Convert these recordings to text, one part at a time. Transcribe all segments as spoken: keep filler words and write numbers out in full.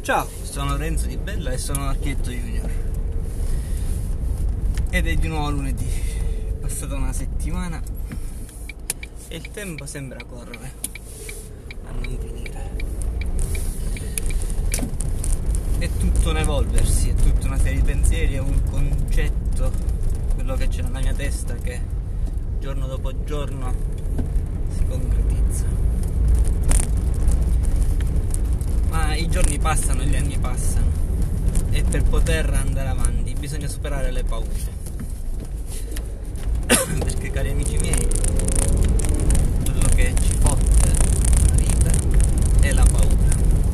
Ciao, sono Renzo Di Bella e sono un architetto junior. Ed è di nuovo lunedì. È passata una settimana e il tempo sembra correre a non finire. È tutto un evolversi, è tutta una serie di pensieri, è un concetto, quello che c'è nella mia testa, che giorno dopo giorno si concretizza. Ma i giorni passano e gli anni passano e per poter andare avanti bisogna superare le paure. Perché, cari amici miei, quello che ci fotte la vita è la paura.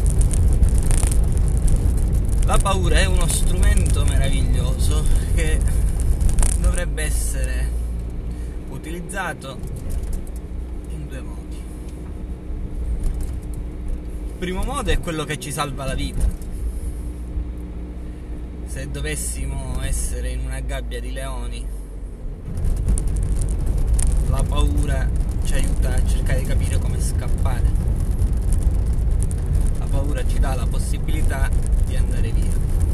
La paura è uno strumento meraviglioso che dovrebbe essere utilizzato in due modi. Il primo modo è quello che ci salva la vita. Se dovessimo essere in una gabbia di leoni, la paura ci aiuta a cercare di capire come scappare. La paura ci dà la possibilità di andare via,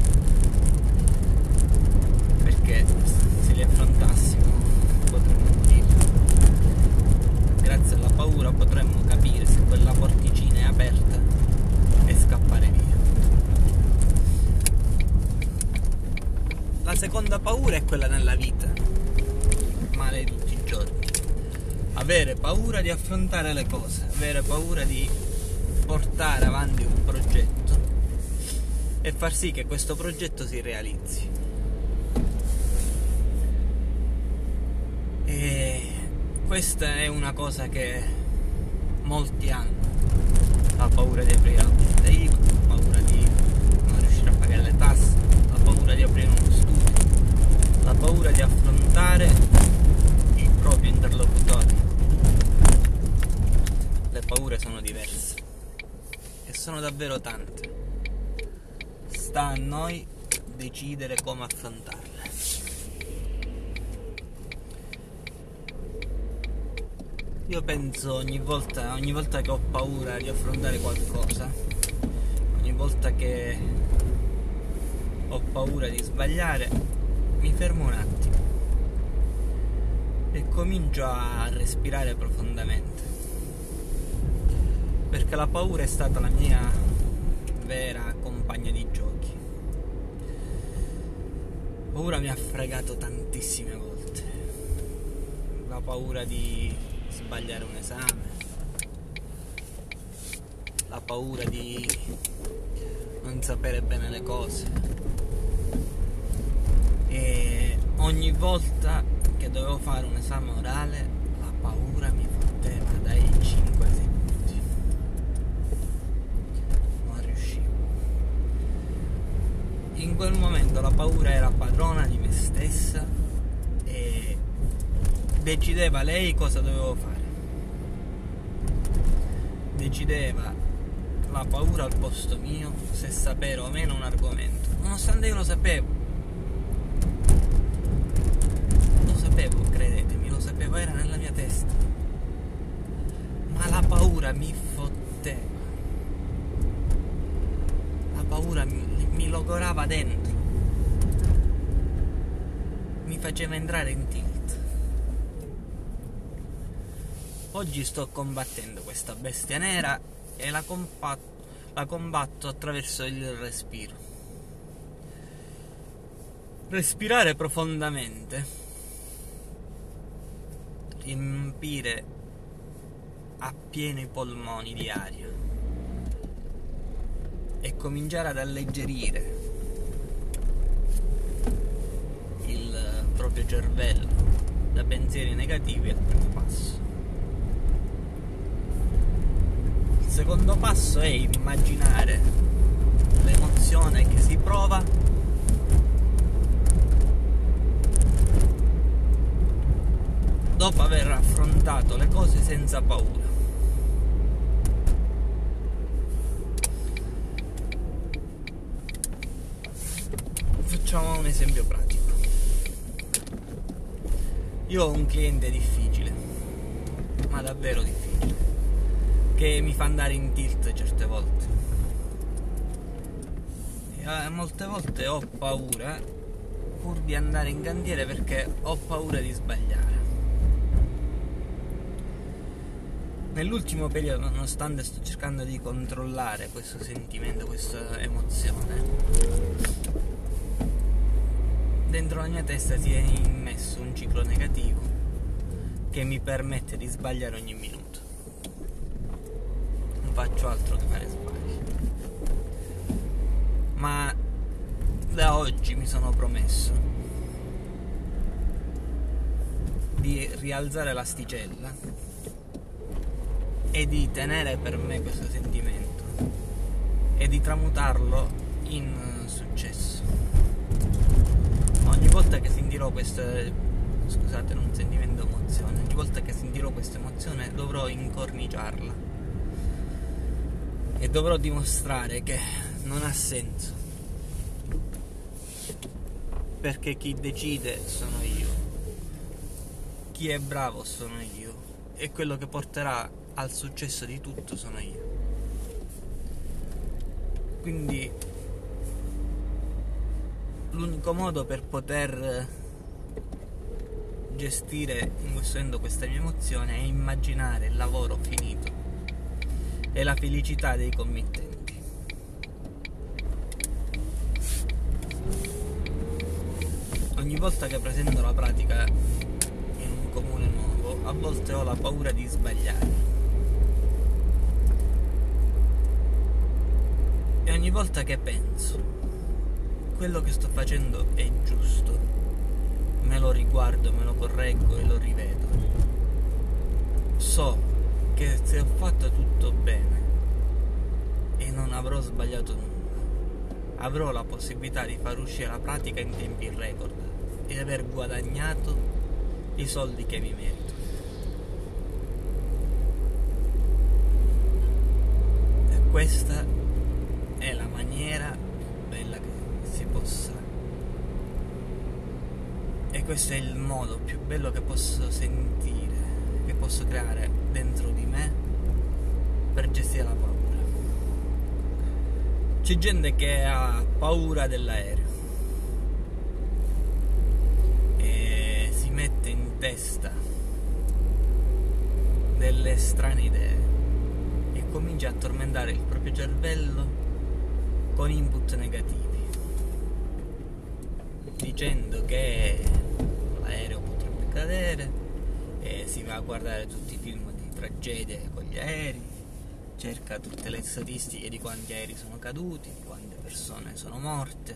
perché se li affrontassimo potremmo morire. Grazie alla paura potremmo capire se quella porticina è aperta e scappare via. La seconda paura è quella nella vita, male di tutti i giorni. Avere paura di affrontare le cose, avere paura di portare avanti un progetto e far sì che questo progetto si realizzi. E questa è una cosa che molti hanno. La paura di aprire la partita I V A, la paura di non riuscire a pagare le tasse, la paura di aprire uno studio, la paura di affrontare il proprio interlocutore. Le paure sono diverse e sono davvero tante. Sta a noi decidere come affrontarle. Io penso ogni volta, ogni volta che ho paura di affrontare qualcosa, ogni volta che ho paura di sbagliare, mi fermo un attimo e comincio a respirare profondamente, perché la paura è stata la mia vera compagna di giochi. La paura mi ha fregato tantissime volte. La paura di sbagliare un esame, la paura di non sapere bene le cose, e ogni volta che dovevo fare un esame orale la paura mi fotteva dai cinque ai sei punti, non riuscivo. In quel momento la paura era padrona di me stessa e decideva lei cosa dovevo fare. Decideva la paura al posto mio se sapere o meno un argomento, nonostante io lo sapevo. Lo sapevo, credetemi, lo sapevo, era nella mia testa. Ma la paura mi fotteva. La paura mi, mi logorava dentro. Mi faceva entrare in tilt. Oggi sto combattendo questa bestia nera e la, combat- la combatto attraverso il respiro. Respirare profondamente, riempire a pieno i polmoni di aria e cominciare ad alleggerire il proprio cervello da pensieri negativi al primo passo. Il secondo passo è immaginare l'emozione che si prova dopo aver affrontato le cose senza paura. Facciamo un esempio pratico. Io ho un cliente difficile, ma davvero difficile, che mi fa andare in tilt certe volte. eh, molte volte ho paura pur di andare in cantiere perché ho paura di sbagliare. Nell'ultimo periodo, nonostante sto cercando di controllare questo sentimento, questa emozione, dentro la mia testa si è immesso un ciclo negativo che mi permette di sbagliare ogni minuto. Non faccio altro che fare sbagli. Ma da oggi mi sono promesso di rialzare l'asticella e di tenere per me questo sentimento e di tramutarlo in successo. Ogni volta che sentirò questa, scusate, non sentimento, emozione, ogni volta che sentirò questa emozione dovrò incorniciarla e dovrò dimostrare che non ha senso, perché chi decide sono io, chi è bravo sono io e quello che porterà al successo di tutto sono io. Quindi l'unico modo per poter gestire in questo momento questa mia emozione è immaginare il lavoro finito e la felicità dei committenti. Ogni volta che presento la pratica in un comune nuovo, a volte ho la paura di sbagliare. E ogni volta che penso quello che sto facendo è giusto, me lo riguardo, me lo correggo e lo rivedo. So che se ho fatto tutto bene e non avrò sbagliato nulla, avrò la possibilità di far uscire la pratica in tempi record e aver guadagnato i soldi che mi merito. E questa è la maniera più bella che si possa, e questo è il modo più bello che posso sentire, che posso creare dentro di me per gestire la paura. C'è gente che ha paura dell'aereo e si mette in testa delle strane idee e comincia a tormentare il proprio cervello con input negativi, dicendo che l'aereo potrebbe cadere, e si va a guardare tutti i film di tragedie con gli aerei, cerca tutte le statistiche di quanti aerei sono caduti, di quante persone sono morte,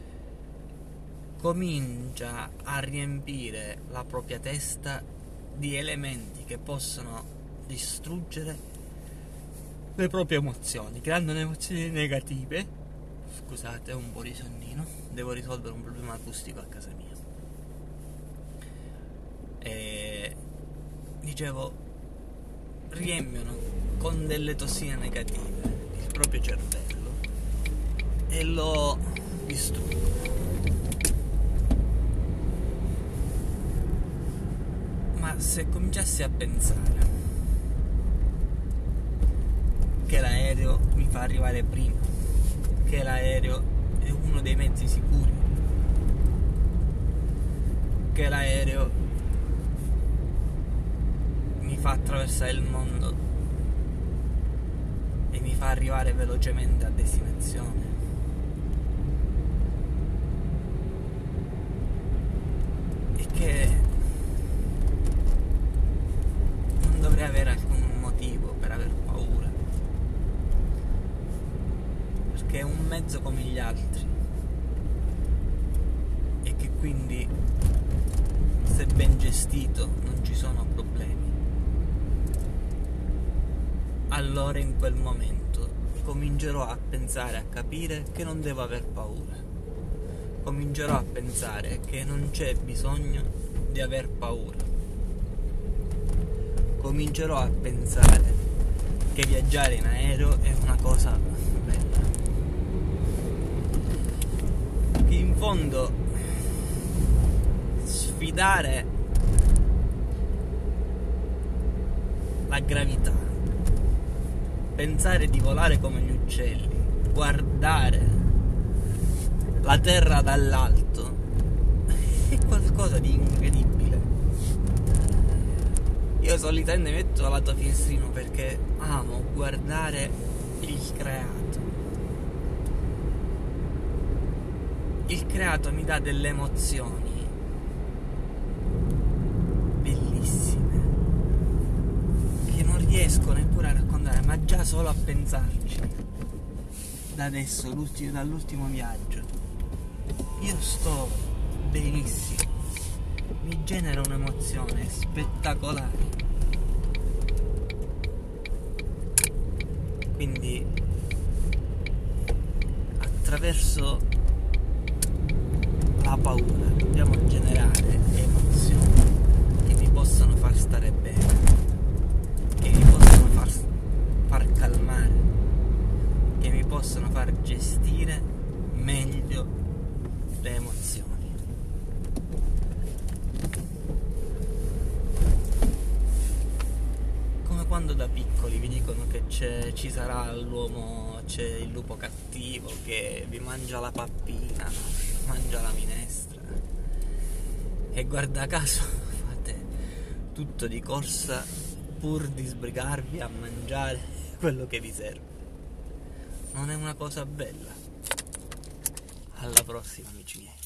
comincia a riempire la propria testa di elementi che possono distruggere le proprie emozioni, creando emozioni negative. Scusate, ho un po' di sonnino, devo risolvere un problema acustico a casa mia. E dicevo, riempiono con delle tossine negative il proprio cervello e lo distruggono. Ma se cominciassi a pensare che l'aereo mi fa arrivare prima, che l'aereo è uno dei mezzi sicuri, che l'aereo mi fa attraversare il mondo e mi fa arrivare velocemente a destinazione, e che non dovrei avere alcun motivo per aver paura, perché è un mezzo come gli altri e che quindi, se ben gestito, non ci sono problemi. Allora in quel momento comincerò a pensare, a capire che non devo aver paura. Comincerò a pensare che non c'è bisogno di aver paura. Comincerò a pensare che viaggiare in aereo è una cosa bella. Che in fondo sfidare la gravità, pensare di volare come gli uccelli, guardare la terra dall'alto è qualcosa di incredibile. Io solitamente metto a lato finestrino perché amo guardare il creato. Il creato mi dà delle emozioni bellissime che non riesco neppure a raccontare, ma già solo a pensarci. Da adesso, dall'ultimo viaggio, io sto benissimo, mi genera un'emozione spettacolare. Quindi attraverso la paura dobbiamo generare emozioni che mi possono far stare bene, che mi possono far, far calmare, che mi possono far gestire meglio le emozioni. Come quando da piccoli vi dicono che c'è, ci sarà l'uomo, c'è il lupo cattivo che vi mangia la pappina, mangia la minestra, e guarda caso fate tutto di corsa pur di sbrigarvi a mangiare quello che vi serve. Non è una cosa bella? Alla prossima, amici miei.